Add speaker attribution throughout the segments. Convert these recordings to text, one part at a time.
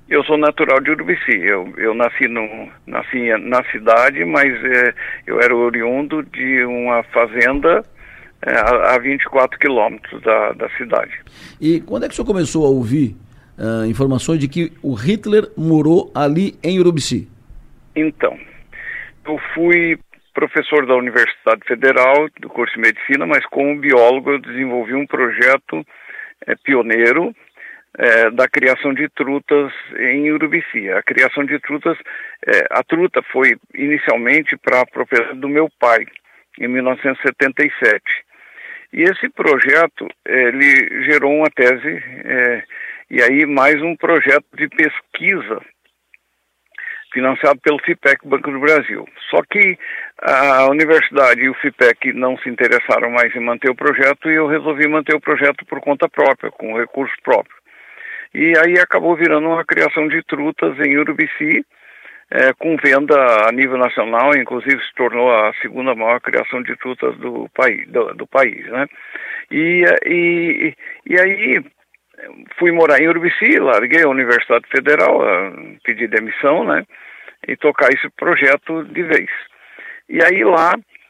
Speaker 1: Eu sou natural de Urubici. Eu nasci, nasci na cidade, mas eu era oriundo de uma fazenda a 24 quilômetros da cidade.
Speaker 2: E quando é que o senhor começou a ouvir informações de que o Hitler morou ali em Urubici?
Speaker 1: Então, eu fui professor da Universidade Federal, do curso de Medicina, mas como biólogo eu desenvolvi um projeto pioneiro da criação de trutas em Urubici. A criação de trutas, a truta foi inicialmente para a propriedade do meu pai, em 1977. E esse projeto, ele gerou uma tese, e aí mais um projeto de pesquisa financiado pelo FIPEC, Banco do Brasil. Só que a universidade e o FIPEC não se interessaram mais em manter o projeto e eu resolvi manter o projeto por conta própria, com recurso próprio. E aí acabou virando uma criação de trutas em Urubici, com venda a nível nacional, inclusive se tornou a segunda maior criação de trutas do país, né? E aí fui morar em Urubici, larguei a Universidade Federal, pedi demissão, né? E tocar esse projeto de vez. E aí lá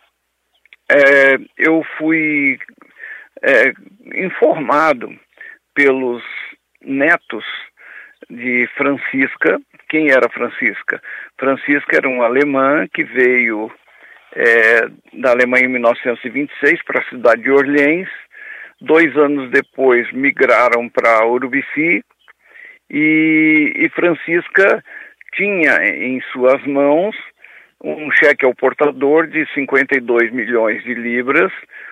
Speaker 1: eu fui informado pelos netos de Francisca. Quem era Francisca? Francisca era uma alemã que veio da Alemanha em 1926 para a cidade de Orleans. 2 anos depois migraram para Urubici e Francisca tinha em suas mãos um cheque ao portador de 52 milhões de libras,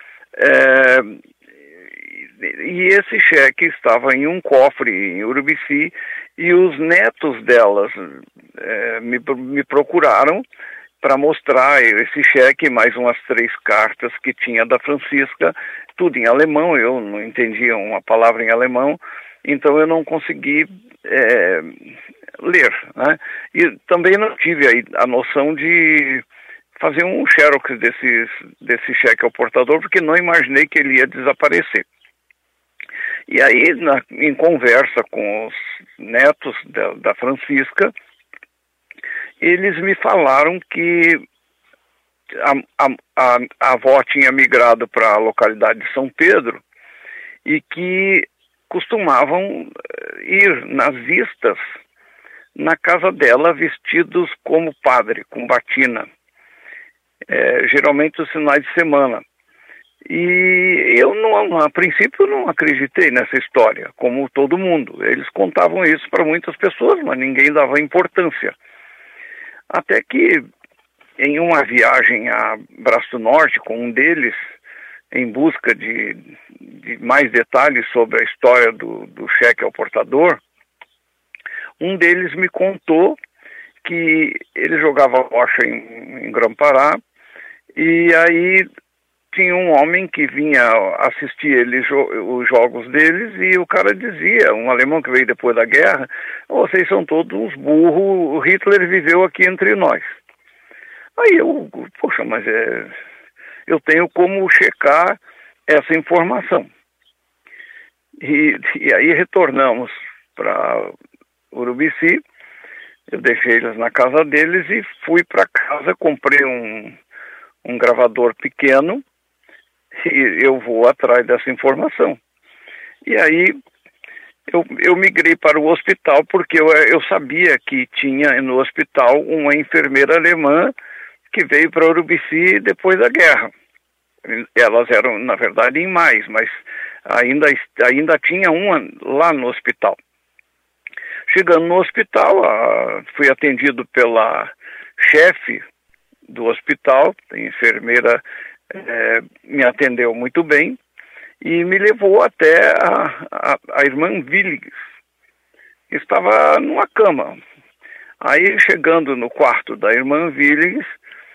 Speaker 1: e esse cheque estava em um cofre em Urubici e os netos delas me procuraram para mostrar esse cheque, mais umas 3 cartas que tinha da Francisca, tudo em alemão. Eu não entendia uma palavra em alemão, então eu não consegui ler, né? E também não tive a noção de fazer um xerox desse cheque ao portador, porque não imaginei que ele ia desaparecer. E aí, em conversa com os netos da Francisca, eles me falaram que a avó tinha migrado para a localidade de São Pedro e que costumavam ir nas vistas na casa dela vestidos como padre, com batina, geralmente os finais de semana. E eu, a princípio, não acreditei nessa história, como todo mundo. Eles contavam isso para muitas pessoas, mas ninguém dava importância. Até que, em uma viagem a Braço do Norte, com um deles, em busca de mais detalhes sobre a história do cheque ao portador, um deles me contou que ele jogava bocha em Grã-Pará, e aí tinha um homem que vinha assistir os jogos deles, e o cara dizia, um alemão que veio depois da guerra: vocês são todos uns burros, o Hitler viveu aqui entre nós. Aí eu, poxa, mas eu tenho como checar essa informação. E aí retornamos para Urubici, eu deixei eles na casa deles e fui para casa, comprei um gravador pequeno, e eu vou atrás dessa informação. E aí eu migrei para o hospital, porque eu sabia que tinha no hospital uma enfermeira alemã que veio para Urubici depois da guerra. Elas eram, na verdade, em mais, mas ainda tinha uma lá no hospital. Chegando no hospital, fui atendido pela chefe do hospital, a enfermeira me atendeu muito bem e me levou até a irmã Willigs. Estava numa cama. Aí, chegando no quarto da irmã Willigs,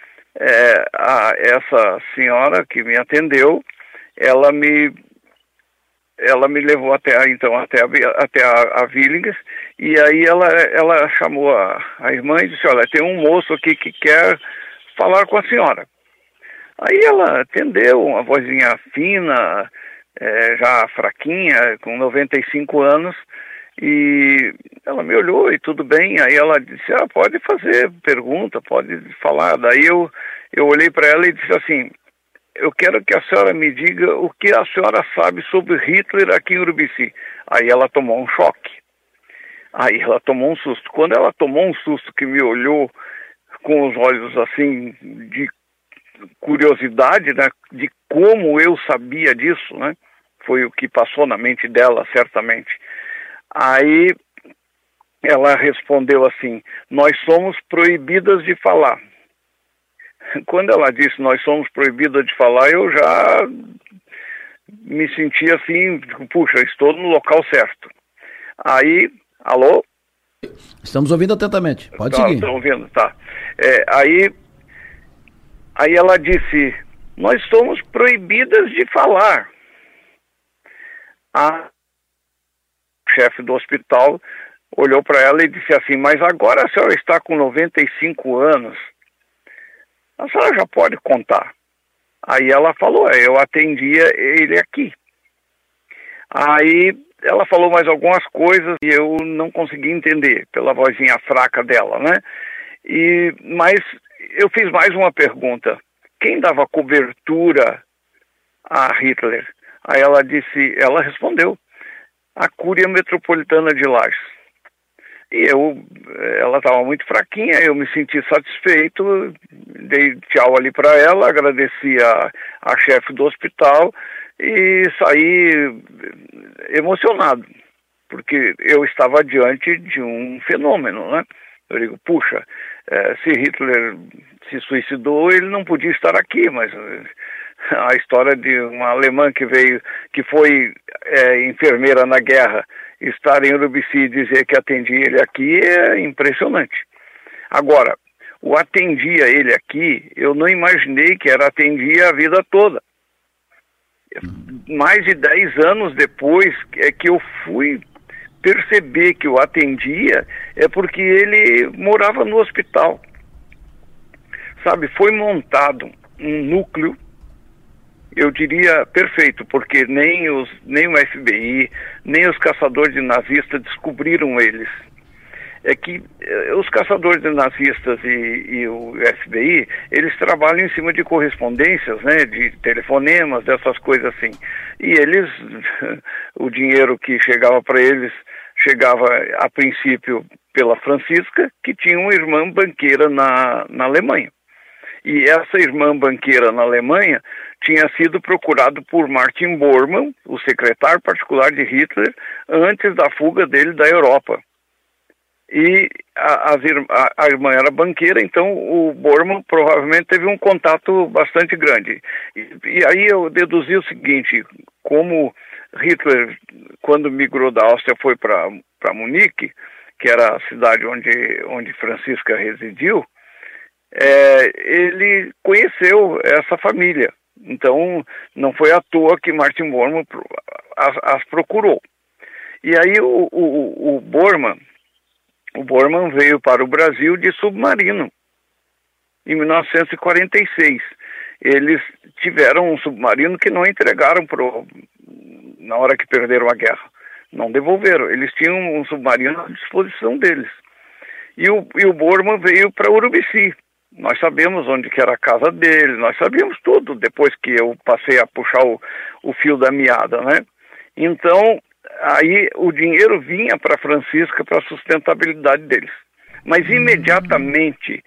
Speaker 1: essa senhora que me atendeu, ela me levou até a Willings, e aí ela chamou a irmã e disse: olha, tem um moço aqui que quer falar com a senhora. Aí ela atendeu, uma vozinha fina, já fraquinha, com 95 anos, E ela me olhou e tudo bem, aí ela disse, pode fazer pergunta, pode falar. Daí eu olhei para ela e disse assim, eu quero que a senhora me diga o que a senhora sabe sobre Hitler aqui em Urubici. Aí ela tomou um choque. Aí ela tomou um susto. Quando ela tomou um susto que me olhou com os olhos assim de curiosidade, né, de como eu sabia disso, né, foi o que passou na mente dela, certamente. Aí ela respondeu assim, nós somos proibidas de falar. Quando ela disse, nós somos proibidas de falar, eu já me senti assim, puxa, estou no local certo. Aí, alô?
Speaker 2: Estamos ouvindo atentamente, pode seguir.
Speaker 1: Estou ouvindo, tá. Aí ela disse, nós somos proibidas de falar. A chefe do hospital olhou para ela e disse assim, mas agora a senhora está com 95 anos, a senhora já pode contar. Aí ela falou, eu atendia ele aqui. Aí ela falou mais algumas coisas e eu não consegui entender pela vozinha fraca dela, né? Mas eu fiz mais uma pergunta. Quem dava cobertura a Hitler? Aí ela respondeu, a Cúria Metropolitana de Lages. E ela estava muito fraquinha, eu me senti satisfeito, dei tchau ali para ela, agradeci a chefe do hospital e saí emocionado, porque eu estava diante de um fenômeno, né? Eu digo, puxa, se Hitler se suicidou, ele não podia estar aqui, mas a história de uma alemã que foi enfermeira na guerra, estar em Urubici e dizer que atendia ele aqui é impressionante. Agora, o atendia ele aqui, eu não imaginei que era atendia a vida toda. Mais de 10 anos depois é que eu fui perceber que o atendia é porque ele morava no hospital. Sabe, foi montado um núcleo, eu diria perfeito, porque nem o FBI, nem os caçadores de nazistas descobriram eles. É que os caçadores de nazistas e o FBI, eles trabalham em cima de correspondências, né, de telefonemas, dessas coisas assim. E eles, o dinheiro que chegava para eles, chegava a princípio pela Francisca, que tinha uma irmã banqueira na Alemanha. E essa irmã banqueira na Alemanha tinha sido procurado por Martin Bormann, o secretário particular de Hitler, antes da fuga dele da Europa. E a irmã era banqueira, então o Bormann provavelmente teve um contato bastante grande. E aí eu deduzi o seguinte, como Hitler, quando migrou da Áustria, foi para Munique, que era a cidade onde Francisca residiu, ele conheceu essa família. Então, não foi à toa que Martin Bormann as procurou. E aí o Bormann veio para o Brasil de submarino, em 1946. Eles tiveram um submarino que não entregaram na hora que perderam a guerra. Não devolveram. Eles tinham um submarino à disposição deles. E o Bormann veio para Urubici. Nós sabemos onde que era a casa dele, nós sabíamos tudo depois que eu passei a puxar o fio da meada, né? Então, aí o dinheiro vinha para Francisca para a sustentabilidade deles. Mas imediatamente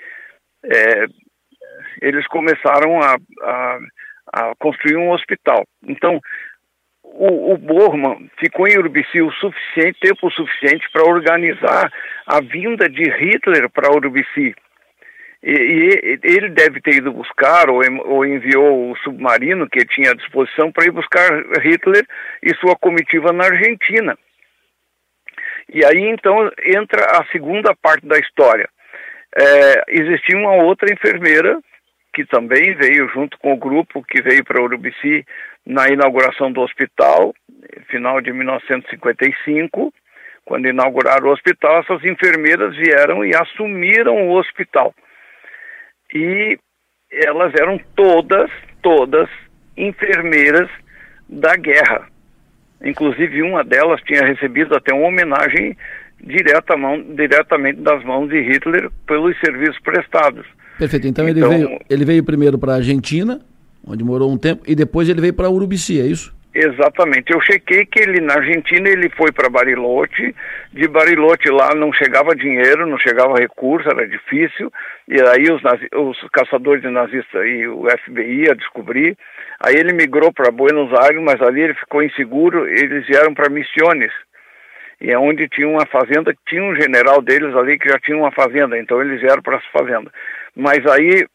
Speaker 1: eles começaram a construir um hospital. Então, o Bormann ficou em Urubici tempo suficiente para organizar a vinda de Hitler para Urubici. E ele deve ter ido buscar ou enviou o submarino que tinha à disposição para ir buscar Hitler e sua comitiva na Argentina. E aí então entra a segunda parte da história. Existia uma outra enfermeira que também veio junto com o grupo que veio para Urubici na inauguração do hospital, final de 1955. Quando inauguraram o hospital, essas enfermeiras vieram e assumiram o hospital. E elas eram todas enfermeiras da guerra. Inclusive, uma delas tinha recebido até uma homenagem diretamente das mãos de Hitler pelos serviços prestados.
Speaker 2: Perfeito. Então ele veio primeiro para a Argentina, onde morou um tempo, e depois ele veio para Urubici, é isso?
Speaker 1: Exatamente. Eu chequei que ele, na Argentina, ele foi para Bariloche. De Bariloche lá não chegava dinheiro, não chegava recurso, era difícil. E aí os caçadores de nazistas e o FBI a descobrir. Aí ele migrou para Buenos Aires, mas ali ele ficou inseguro. Eles vieram para Misiones. E é onde tinha uma fazenda, tinha um general deles ali que já tinha uma fazenda. Então eles vieram para essa fazenda. Mas aí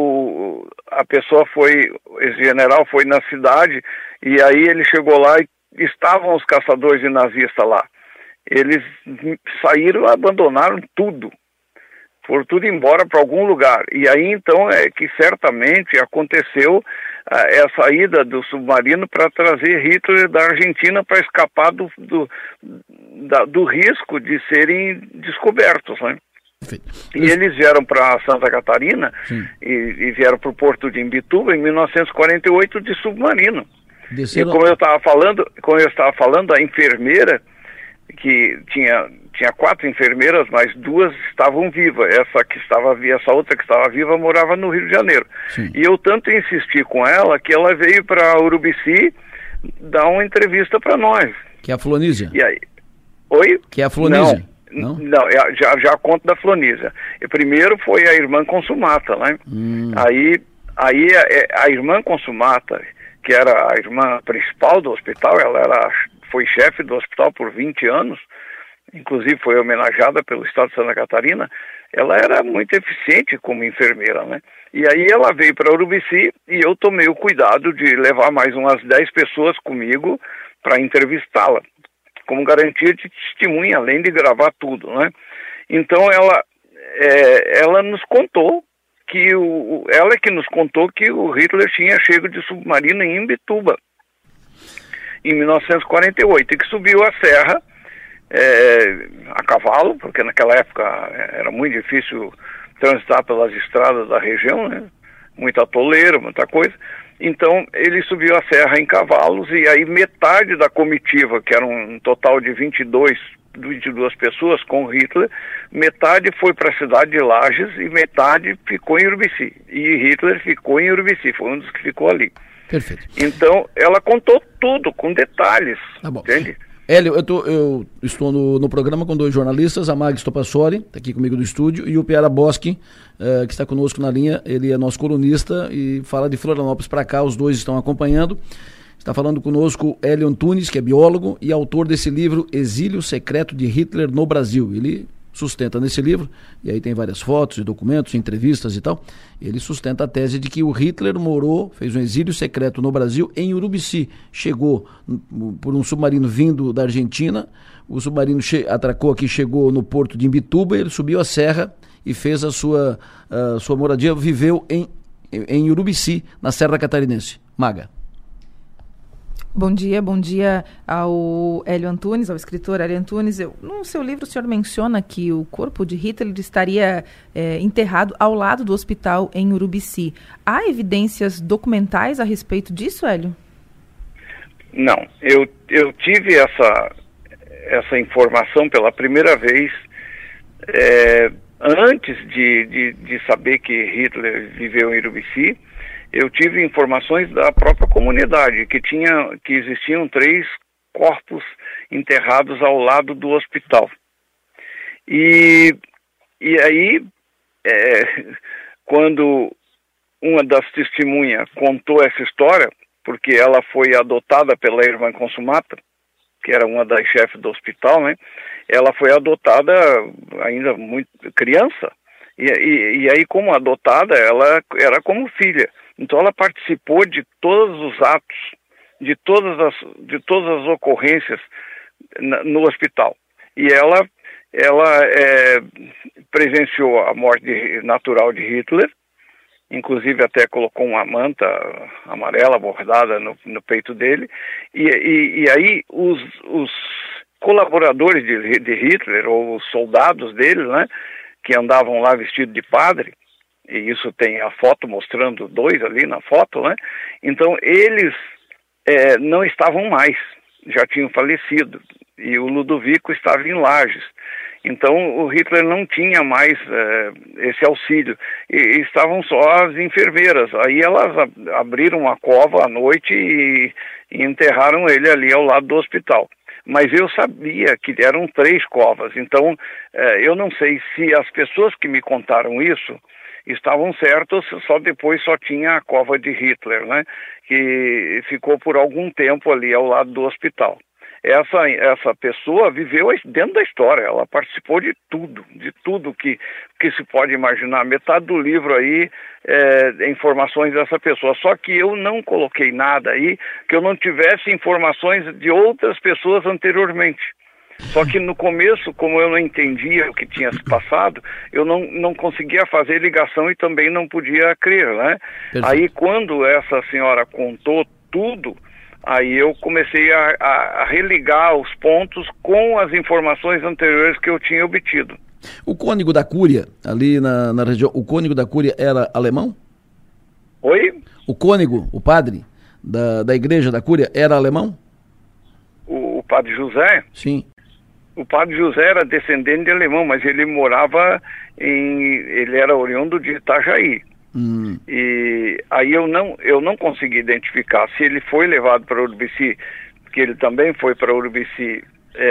Speaker 1: esse general foi na cidade, e aí ele chegou lá e estavam os caçadores de nazistas lá. Eles saíram, abandonaram tudo, foram tudo embora para algum lugar. E aí então é que certamente aconteceu a saída do submarino para trazer Hitler da Argentina para escapar do risco de serem descobertos, né? E eles vieram para Santa Catarina e vieram para o porto de Imbituba em 1948 de submarino. E como eu estava falando, a enfermeira, que tinha 4 enfermeiras, mas 2 estavam vivas. Essa outra que estava viva morava no Rio de Janeiro. Sim. E eu tanto insisti com ela que ela veio para Urubici dar uma entrevista para nós. Que
Speaker 2: é a Flonísia?
Speaker 1: E aí? Oi?
Speaker 2: Que é a Flonísia? Não,
Speaker 1: já conto da Flonísia. E primeiro foi a irmã Consumata, né? Aí a irmã Consumata, que era a irmã principal do hospital, ela foi chefe do hospital por 20 anos, inclusive foi homenageada pelo estado de Santa Catarina. Ela era muito eficiente como enfermeira, né? E aí ela veio para Urubici e eu tomei o cuidado de levar mais umas 10 pessoas comigo para entrevistá-la, como garantia de testemunha, além de gravar tudo, né? Então ela nos contou que ela que nos contou que o Hitler tinha chego de submarino em Imbituba em 1948 e que subiu a serra a cavalo, porque naquela época era muito difícil transitar pelas estradas da região, né? Muita atoleira, muita coisa. Então ele subiu a serra em cavalos e aí metade da comitiva, que era um total de 22 pessoas com Hitler, metade foi para a cidade de Lages e metade ficou em Urubici. E Hitler ficou em Urubici, foi um dos que ficou ali.
Speaker 2: Perfeito.
Speaker 1: Então ela contou tudo, com detalhes,
Speaker 2: tá bom.
Speaker 1: Entende?
Speaker 2: Hélio, eu estou no programa com 2 jornalistas, a Mag Stopassori, está aqui comigo do estúdio, e o Piara Boschi, que está conosco na linha. Ele é nosso colunista e fala de Florianópolis para cá, os 2 estão acompanhando. Está falando conosco Hélio Antunes, que é biólogo e autor desse livro Exílio Secreto de Hitler no Brasil. Ele sustenta nesse livro, e aí tem várias fotos e documentos, entrevistas e tal, ele sustenta a tese de que o Hitler fez um exílio secreto no Brasil em Urubici. Chegou por um submarino vindo da Argentina, o submarino atracou aqui, chegou no porto de Imbituba, ele subiu a serra e fez a sua moradia, viveu em Urubici, na Serra Catarinense. Maga.
Speaker 3: Bom dia ao Hélio Antunes, ao escritor Hélio Antunes. No seu livro o senhor menciona que o corpo de Hitler estaria enterrado ao lado do hospital em Urubici. Há evidências documentais a respeito disso, Hélio?
Speaker 1: Não, eu tive essa informação pela primeira vez antes de saber que Hitler viveu em Urubici. Eu tive informações da própria comunidade, que existiam 3 corpos enterrados ao lado do hospital. E aí, quando uma das testemunhas contou essa história, porque ela foi adotada pela irmã Consumata, que era uma das chefes do hospital, né? Ela foi adotada ainda muito criança, e aí como adotada, ela era como filha. Então ela participou de todos os atos, de todas as ocorrências no hospital. E ela presenciou a morte natural de Hitler, inclusive até colocou uma manta amarela bordada no peito dele. E aí os colaboradores de Hitler, ou os soldados dele, né, que andavam lá vestidos de padre, e isso tem a foto mostrando 2 ali na foto, né? Então eles não estavam mais. já tinham falecido, e o Ludovico estava em Lages. Então o Hitler não tinha mais esse auxílio, e estavam só as enfermeiras. Aí elas abriram uma cova à noite e enterraram ele ali ao lado do hospital. Mas eu sabia que eram 3 covas, então eu não sei se as pessoas que me contaram isso estavam certos, só depois só tinha a cova de Hitler, né, que ficou por algum tempo ali ao lado do hospital. Essa pessoa viveu dentro da história, ela participou de tudo que se pode imaginar. Metade do livro aí é informações dessa pessoa, só que eu não coloquei nada aí que eu não tivesse informações de outras pessoas anteriormente. Só que no começo, como eu não entendia o que tinha se passado, eu não conseguia fazer ligação e também não podia crer, né? Aí quando essa senhora contou tudo, aí eu comecei a religar os pontos com as informações anteriores que eu tinha obtido.
Speaker 2: O cônego da Cúria, ali na região, o cônego da Cúria era alemão?
Speaker 1: Oi?
Speaker 2: O cônego, o padre da igreja da Cúria era alemão?
Speaker 1: O padre José?
Speaker 2: Sim.
Speaker 1: O padre José era descendente de alemão, mas ele morava ele era oriundo de Itajaí. E aí eu não consegui identificar se ele foi levado para Urubici, que ele também foi para Urubici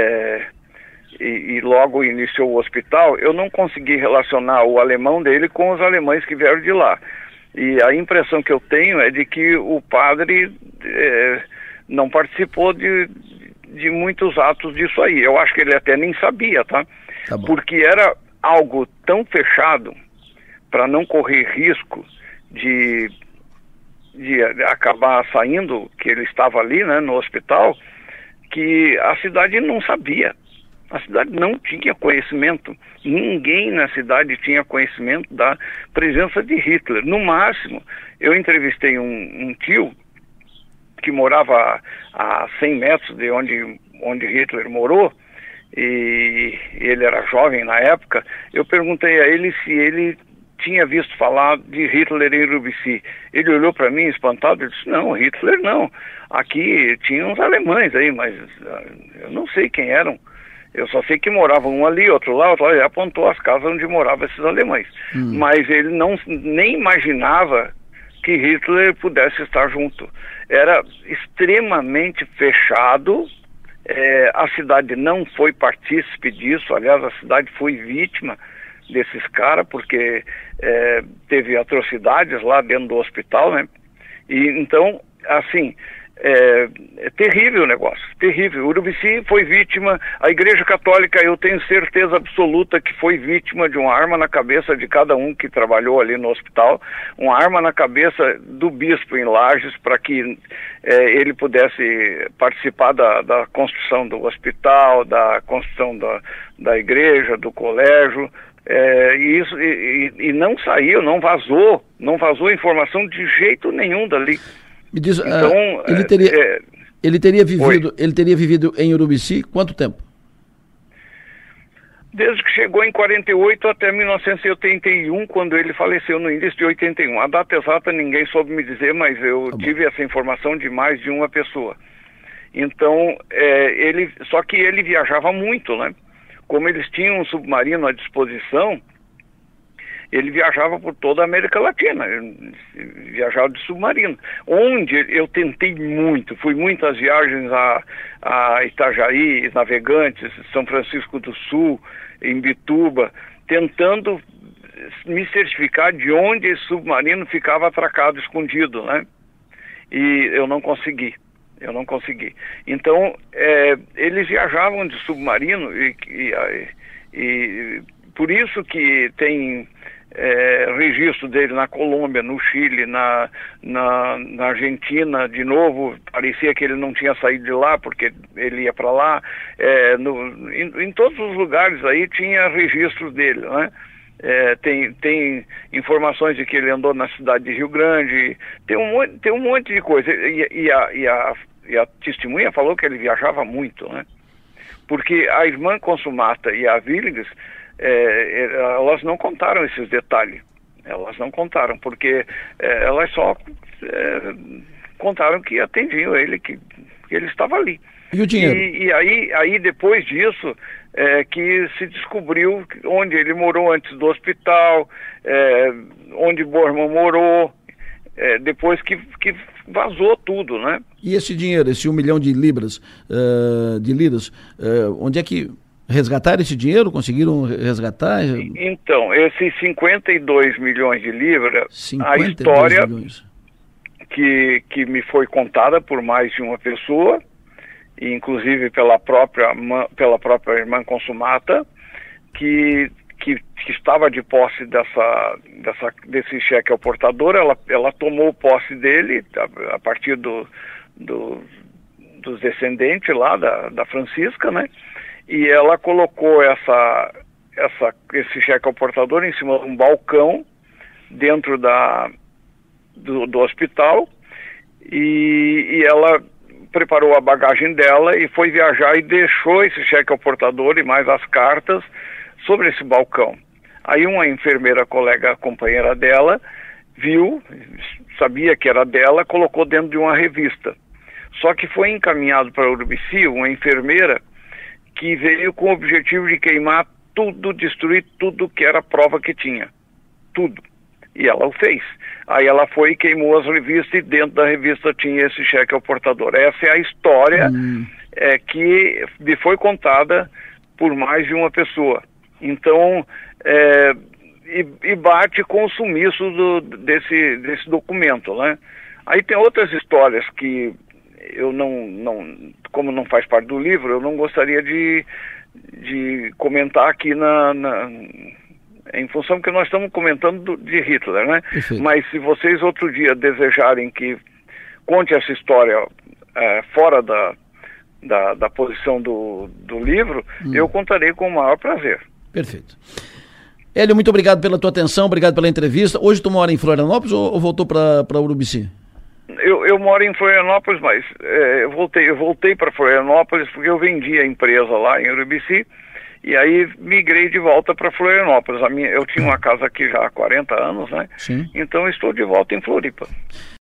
Speaker 1: e logo iniciou o hospital. Eu não consegui relacionar o alemão dele com os alemães que vieram de lá. E a impressão que eu tenho é de que o padre não participou de muitos atos disso aí. Eu acho que ele até nem sabia, tá? Porque era algo tão fechado para não correr risco de acabar saindo, que ele estava ali, né, no hospital, que a cidade não sabia. A cidade não tinha conhecimento. Ninguém na cidade tinha conhecimento da presença de Hitler. No máximo, eu entrevistei um tio que morava a 100 metros de onde Hitler morou, e ele era jovem na época. Eu perguntei a ele se ele tinha visto falar de Hitler em Urubici. Ele olhou para mim espantado e disse: não, Hitler não. Aqui tinha uns alemães aí, mas eu não sei quem eram. Eu só sei que moravam um ali, outro lá, ele apontou as casas onde moravam esses alemães. Mas ele nem imaginava que Hitler pudesse estar junto. Era extremamente fechado, a cidade não foi partícipe disso. Aliás, a cidade foi vítima desses caras, porque teve atrocidades lá dentro do hospital, né? E então, assim, é terrível o negócio, terrível. Urubici foi vítima, a Igreja Católica, eu tenho certeza absoluta que foi vítima de uma arma na cabeça de cada um que trabalhou ali no hospital, uma arma na cabeça do bispo em Lages, para que ele pudesse participar da construção do hospital, da construção da igreja, do colégio. E não saiu, não vazou informação de jeito nenhum dali.
Speaker 2: Me diz,
Speaker 1: então,
Speaker 2: ele teria vivido em Urubici quanto tempo?
Speaker 1: Desde que chegou em 48 até 1981, quando ele faleceu no início de 81. A data exata ninguém soube me dizer, mas eu tive essa informação de mais de uma pessoa. Então, só que ele viajava muito, né? Como eles tinham um submarino à disposição, ele viajava por toda a América Latina, viajava de submarino. Onde eu tentei muito, fui muitas viagens a Itajaí, Navegantes, São Francisco do Sul, em Bituba, tentando me certificar de onde esse submarino ficava atracado, escondido, né? E eu não consegui. Então, eles viajavam de submarino e por isso que tem registro dele na Colômbia, no Chile, na Argentina. De novo, parecia que ele não tinha saído de lá porque ele ia para lá. Em todos os lugares aí tinha registros dele, né? Tem informações de que ele andou na cidade de Rio Grande, tem um monte de coisa, e a testemunha falou que ele viajava muito, né? Porque a irmã Consumata e a Villiges, elas não contaram esses detalhes, porque elas só contaram que atendiam ele, que ele estava ali.
Speaker 2: E o dinheiro?
Speaker 1: E aí depois disso, que se descobriu onde ele morou antes do hospital, onde Bormann morou, depois que vazou tudo, né?
Speaker 2: E esse dinheiro, esse 1 milhão de libras, onde é que resgataram esse dinheiro? Conseguiram resgatar?
Speaker 1: Então, esses 52 milhões de libras, a história que me foi contada por mais de uma pessoa, inclusive pela própria irmã consumata, que estava de posse desse cheque ao portador. Ela tomou posse dele a partir dos descendentes lá da Francisca, né? E ela colocou esse cheque ao portador em cima de um balcão dentro do hospital, e ela preparou a bagagem dela e foi viajar e deixou esse cheque ao portador e mais as cartas sobre esse balcão. Aí uma enfermeira colega, companheira dela, viu, sabia que era dela, colocou dentro de uma revista. Só que foi encaminhado para Urubici uma enfermeira que veio com o objetivo de queimar tudo, destruir tudo que era prova que tinha. Tudo. E ela o fez. Aí ela foi e queimou as revistas, e dentro da revista tinha esse cheque ao portador. Essa é a história que me foi contada por mais de uma pessoa. Então, e bate com o sumiço desse documento, né? Aí tem outras histórias que eu como não faz parte do livro, eu não gostaria de comentar aqui em função que nós estamos comentando de Hitler, né?
Speaker 2: Perfeito.
Speaker 1: Mas se vocês outro dia desejarem que conte essa história fora da posição do livro, eu contarei com o maior prazer.
Speaker 2: Perfeito. Hélio, muito obrigado pela tua atenção, obrigado pela entrevista. Hoje tu mora em Florianópolis ou voltou para Urubici?
Speaker 1: Eu moro em Florianópolis, mas eu voltei para Florianópolis porque eu vendi a empresa lá em Urubici, e aí migrei de volta para Florianópolis. Eu tinha uma casa aqui já há 40 anos, né?
Speaker 2: Sim.
Speaker 1: Então estou de volta em Floripa.